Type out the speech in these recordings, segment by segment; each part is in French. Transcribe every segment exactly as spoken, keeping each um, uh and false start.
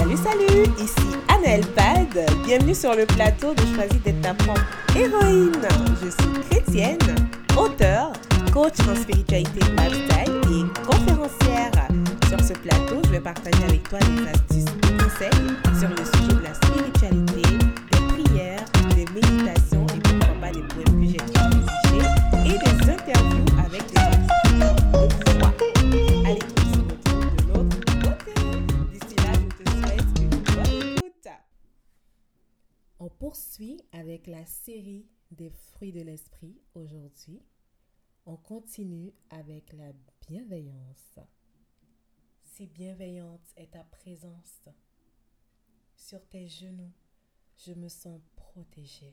Salut, salut, ici Anaëlle Pad. Bienvenue sur le plateau de Choisis d'être ta propre héroïne. Je suis chrétienne, auteure, coach en spiritualité lifestyle et conférencière. Sur ce plateau, je vais partager avec toi des astuces et conseils sur le sujet de la spiritualité, des prières, des méditations et pourquoi pas des poèmes que j'ai rédigés et des interviews avec des entrepreneurs de foi. Allez, on se retrouve de l'autre côté. D'ici là, je te souhaite une bonne écoute. On poursuit avec la série des fruits de l'esprit aujourd'hui. On continue avec la bienveillance. Si bienveillante est ta présence, sur tes genoux, je me sens protégée.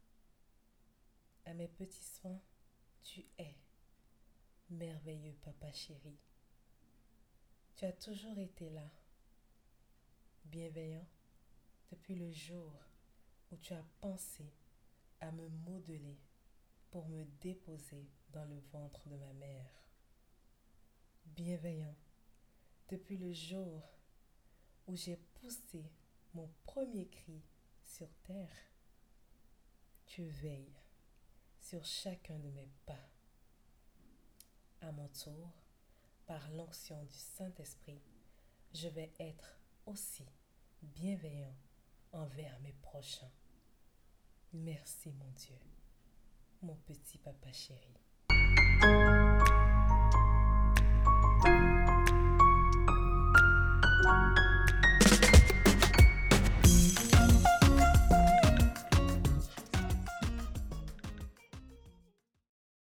À mes petits soins, tu es merveilleux papa chéri. Tu as toujours été là, bienveillant, depuis le jour où tu as pensé à me modeler pour me déposer dans le ventre de ma mère. Bienveillant, depuis le jour où j'ai poussé mon premier cri sur terre. Tu veilles sur chacun de mes pas. À mon tour, par l'onction du Saint-Esprit, je vais être aussi bienveillant envers mes prochains. Merci mon Dieu, mon petit papa chéri.